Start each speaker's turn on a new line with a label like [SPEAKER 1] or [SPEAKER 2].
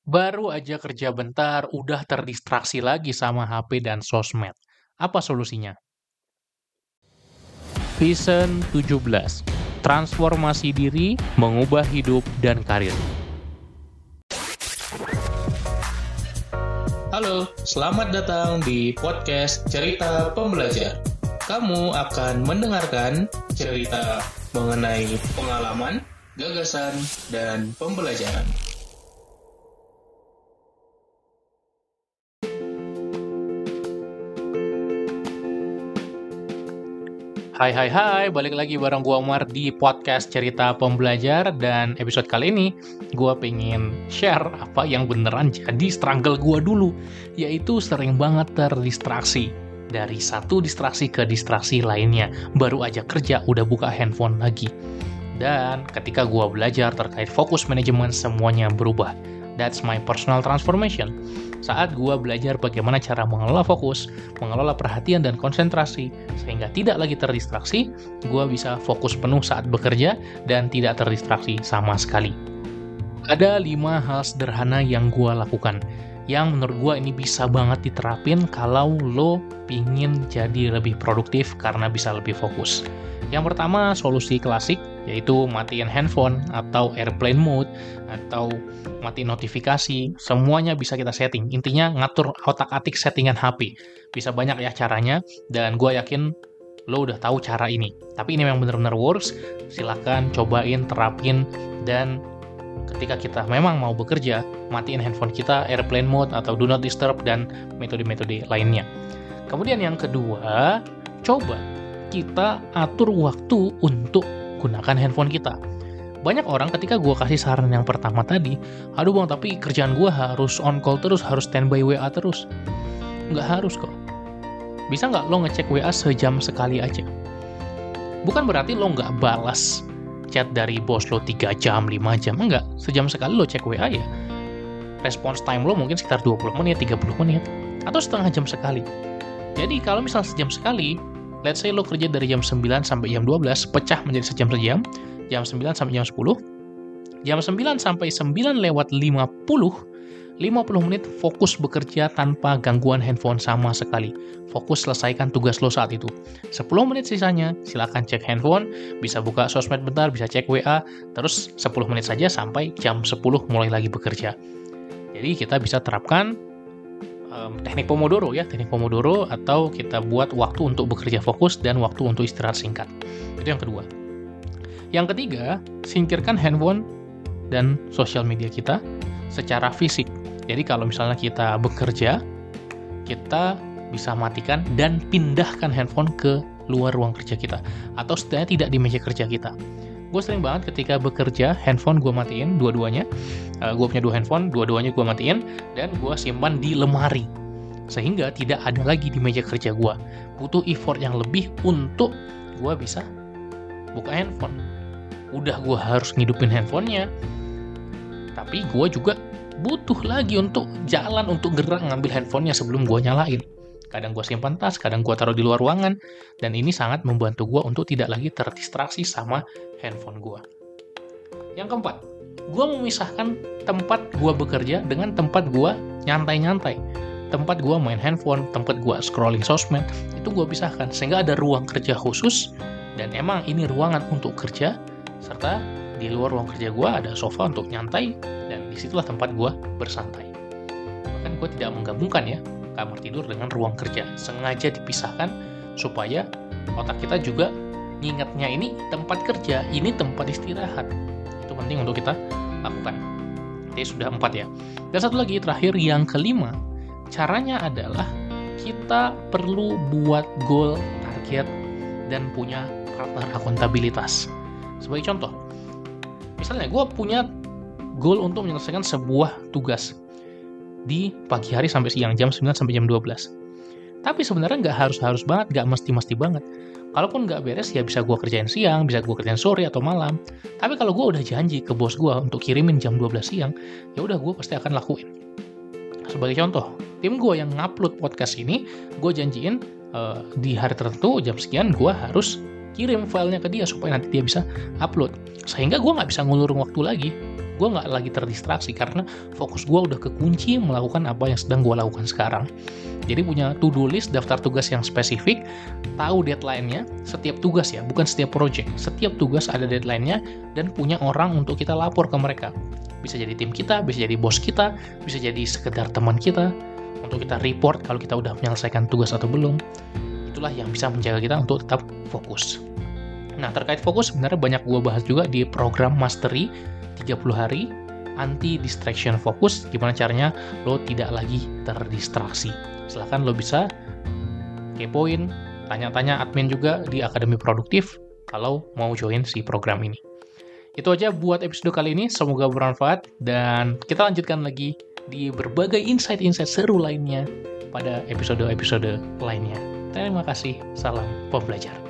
[SPEAKER 1] Baru aja kerja bentar, udah terdistraksi lagi sama HP dan sosmed. Apa solusinya? Vision 17. Transformasi diri, mengubah hidup dan karir.
[SPEAKER 2] Halo, selamat datang di podcast Cerita Pembelajar. Kamu akan mendengarkan cerita mengenai pengalaman, gagasan, dan pembelajaran.
[SPEAKER 1] Hai, balik lagi bareng gua Umar di podcast Cerita Pembelajar, dan episode kali ini gua pengen share apa yang beneran jadi struggle gua dulu, yaitu sering banget terdistraksi. Dari satu distraksi ke distraksi lainnya, baru aja kerja udah buka handphone lagi. Dan ketika gua belajar terkait fokus manajemen, semuanya berubah. That's my personal transformation. Saat gua belajar bagaimana cara mengelola fokus, mengelola perhatian dan konsentrasi, sehingga tidak lagi terdistraksi, gua bisa fokus penuh saat bekerja dan tidak terdistraksi sama sekali. Ada 5 hal sederhana yang gua lakukan, yang menurut gua ini bisa banget diterapin kalau lo pingin jadi lebih produktif karena bisa lebih fokus. Yang pertama, solusi klasik, yaitu matiin handphone atau airplane mode atau matiin notifikasi. Semuanya bisa kita setting. Intinya ngatur otak-atik settingan HP. Bisa banyak ya caranya, dan gue yakin lo udah tahu cara ini. Tapi ini memang benar-benar works. Silahkan cobain, terapin, dan ketika kita memang mau bekerja, matiin handphone kita, airplane mode atau do not disturb, dan metode-metode lainnya. Kemudian yang kedua, coba kita atur waktu untuk gunakan handphone kita. Banyak orang ketika gue kasih saran yang pertama tadi, aduh bang, tapi kerjaan gue harus on call terus, harus standby WA terus. Nggak harus kok. Bisa nggak lo ngecek WA sejam sekali aja? Bukan berarti lo nggak balas chat dari bos lo 3 jam, 5 jam. Enggak, sejam sekali lo cek WA ya. Response time lo mungkin sekitar 20 menit, 30 menit. Atau setengah jam sekali. Jadi kalau misalnya sejam sekali, let's say lo kerja dari jam 9 sampai jam 12, pecah menjadi sejam-sejam, jam 9 sampai jam 10, jam 9 sampai 9 lewat 50 menit fokus bekerja tanpa gangguan handphone sama sekali. Fokus selesaikan tugas lo saat itu. 10 menit sisanya, silakan cek handphone, bisa buka sosmed bentar, bisa cek WA, terus 10 menit saja sampai jam 10 mulai lagi bekerja. Jadi kita bisa terapkan teknik Pomodoro ya, teknik Pomodoro, atau kita buat waktu untuk bekerja fokus dan waktu untuk istirahat singkat. Itu yang kedua. Yang ketiga, singkirkan handphone dan sosial media kita secara fisik. Jadi kalau misalnya kita bekerja, kita bisa matikan dan pindahkan handphone ke luar ruang kerja kita, atau setidaknya tidak di meja kerja kita. Gue sering banget ketika bekerja, handphone gue matiin dua-duanya. Gue punya 2 handphone, dua-duanya gue matiin, dan gue simpan di lemari. Sehingga tidak ada lagi di meja kerja gue. Butuh effort yang lebih untuk gue bisa buka handphone. Udah gue harus ngidupin handphonenya, tapi gue juga butuh lagi untuk jalan, untuk gerak ngambil handphonenya sebelum gue nyalain. Kadang gue simpan tas, kadang gue taruh di luar ruangan, dan ini sangat membantu gue untuk tidak lagi terdistraksi sama handphone gue. Yang keempat, gue memisahkan tempat gue bekerja dengan tempat gue nyantai-nyantai. Tempat gue main handphone, tempat gue scrolling sosmed, itu gue pisahkan. Sehingga ada ruang kerja khusus, dan emang ini ruangan untuk kerja, serta di luar ruang kerja gue ada sofa untuk nyantai, dan disitulah tempat gue bersantai. Bahkan gue tidak menggabungkan ya kamar tidur dengan ruang kerja. Sengaja dipisahkan supaya otak kita juga ngingetnya ini tempat kerja, ini tempat istirahat. Itu penting untuk kita lakukan. Jadi sudah 4 ya. Dan satu lagi terakhir, yang kelima, caranya adalah kita perlu buat goal, target, dan punya partner akuntabilitas. Sebagai contoh, misalnya gue punya goal untuk menyelesaikan sebuah tugas di pagi hari sampai siang, jam 9 sampai jam 12. Tapi sebenarnya nggak harus banget, nggak mesti banget. Kalaupun nggak beres, ya bisa gue kerjain siang, bisa gue kerjain sore atau malam. Tapi kalau gue udah janji ke bos gue untuk kirimin jam 12 siang, ya udah gue pasti akan lakuin. Sebagai contoh, tim gue yang ngupload podcast ini, gue janjiin di hari tertentu, jam sekian, gue harus kirim filenya ke dia supaya nanti dia bisa upload. Sehingga gue nggak bisa ngulur waktu lagi. gue nggak lagi terdistraksi karena fokus gue udah kekunci melakukan apa yang sedang gue lakukan sekarang. Jadi punya to-do list, daftar tugas yang spesifik, tahu deadline-nya, setiap tugas ya, bukan setiap project. Setiap tugas ada deadline-nya, dan punya orang untuk kita lapor ke mereka. Bisa jadi tim kita, bisa jadi bos kita, bisa jadi sekedar teman kita, untuk kita report kalau kita udah menyelesaikan tugas atau belum. Itulah yang bisa menjaga kita untuk tetap fokus. Nah, terkait fokus sebenarnya banyak gue bahas juga di program Mastery 30 hari anti distraction focus, gimana caranya lo tidak lagi terdistraksi. Silahkan lo bisa kepoin, tanya-tanya admin juga di Akademi Produktif kalau mau join si program ini. Itu aja buat episode kali ini, semoga bermanfaat, dan kita lanjutkan lagi di berbagai insight-insight seru lainnya pada episode-episode lainnya. Terima kasih, salam pembelajar.